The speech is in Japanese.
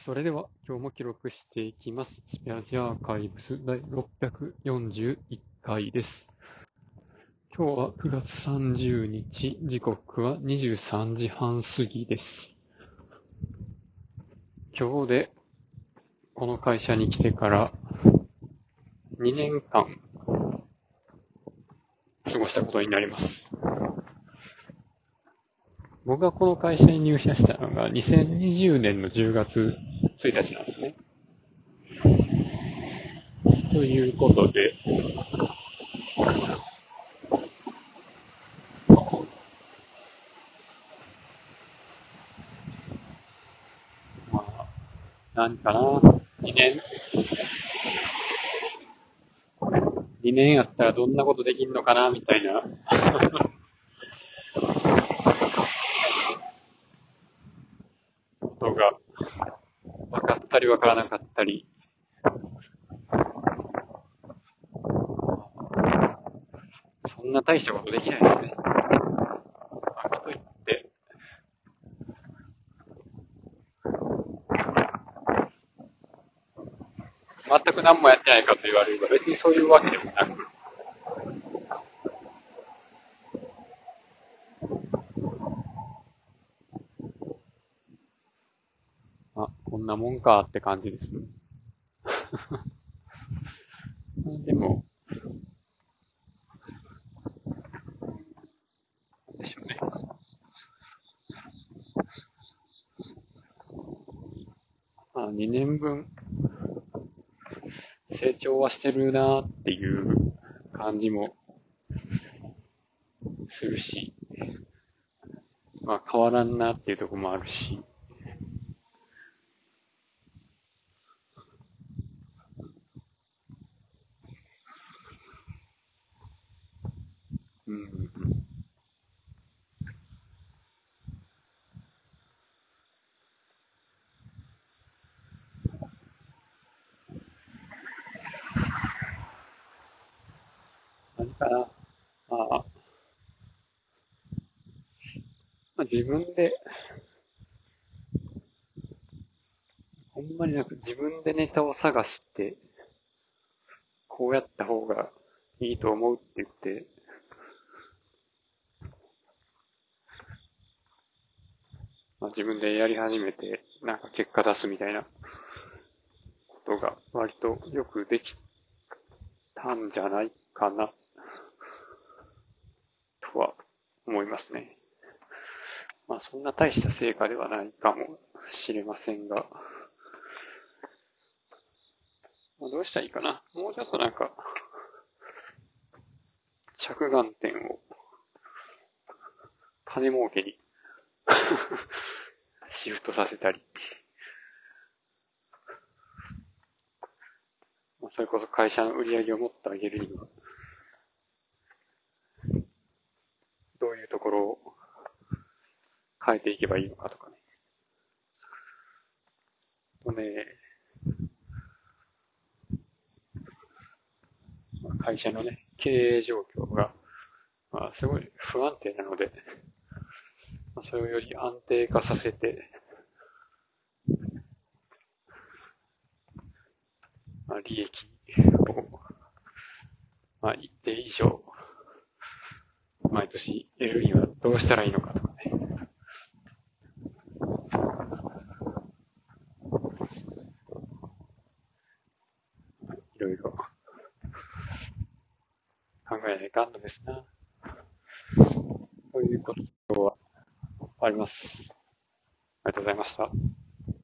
それでは今日も記録していきます。スペアジアーカイブス第641回です。今日は9月30日、時刻は23時半過ぎです。今日でこの会社に来てから2年間過ごしたことになります。僕がこの会社に入社したのが2020年の10月1日なんですね。ということで、まあ、何かな、2年やったらどんなことできんのかな、みたいなことが分かったり分からなかったり、そんな大したことできないですね。かといって、全く何もやってないかと言われれば別にそういうわけでもなく、こんなもんかって感じですね。でも、なんでしょうね。2年分成長はしてるなっていう感じもするし、変わらんなっていうところもあるし、うん、何かな。まあ、自分で、ほんまに自分でネタを探して、こうやった方がいいと思うって言って、自分でやり始めて、なんか結果出すみたいなことが割とよくできたんじゃないかな、とは思いますね。そんな大した成果ではないかもしれませんが、どうしたらいいかな。もうちょっとなんか、着眼点を金儲けにシフトさせたり、それこそ会社の売り上げをもっと上げるには、どういうところを変えていけばいいのかとかね。会社のね、経営状況が、すごい不安定なので、それをより安定化させて、利益を、一定以上、毎年得るにはどうしたらいいのかとかね。いろいろ考えないかんのですな。ということはあります。ありがとうございました。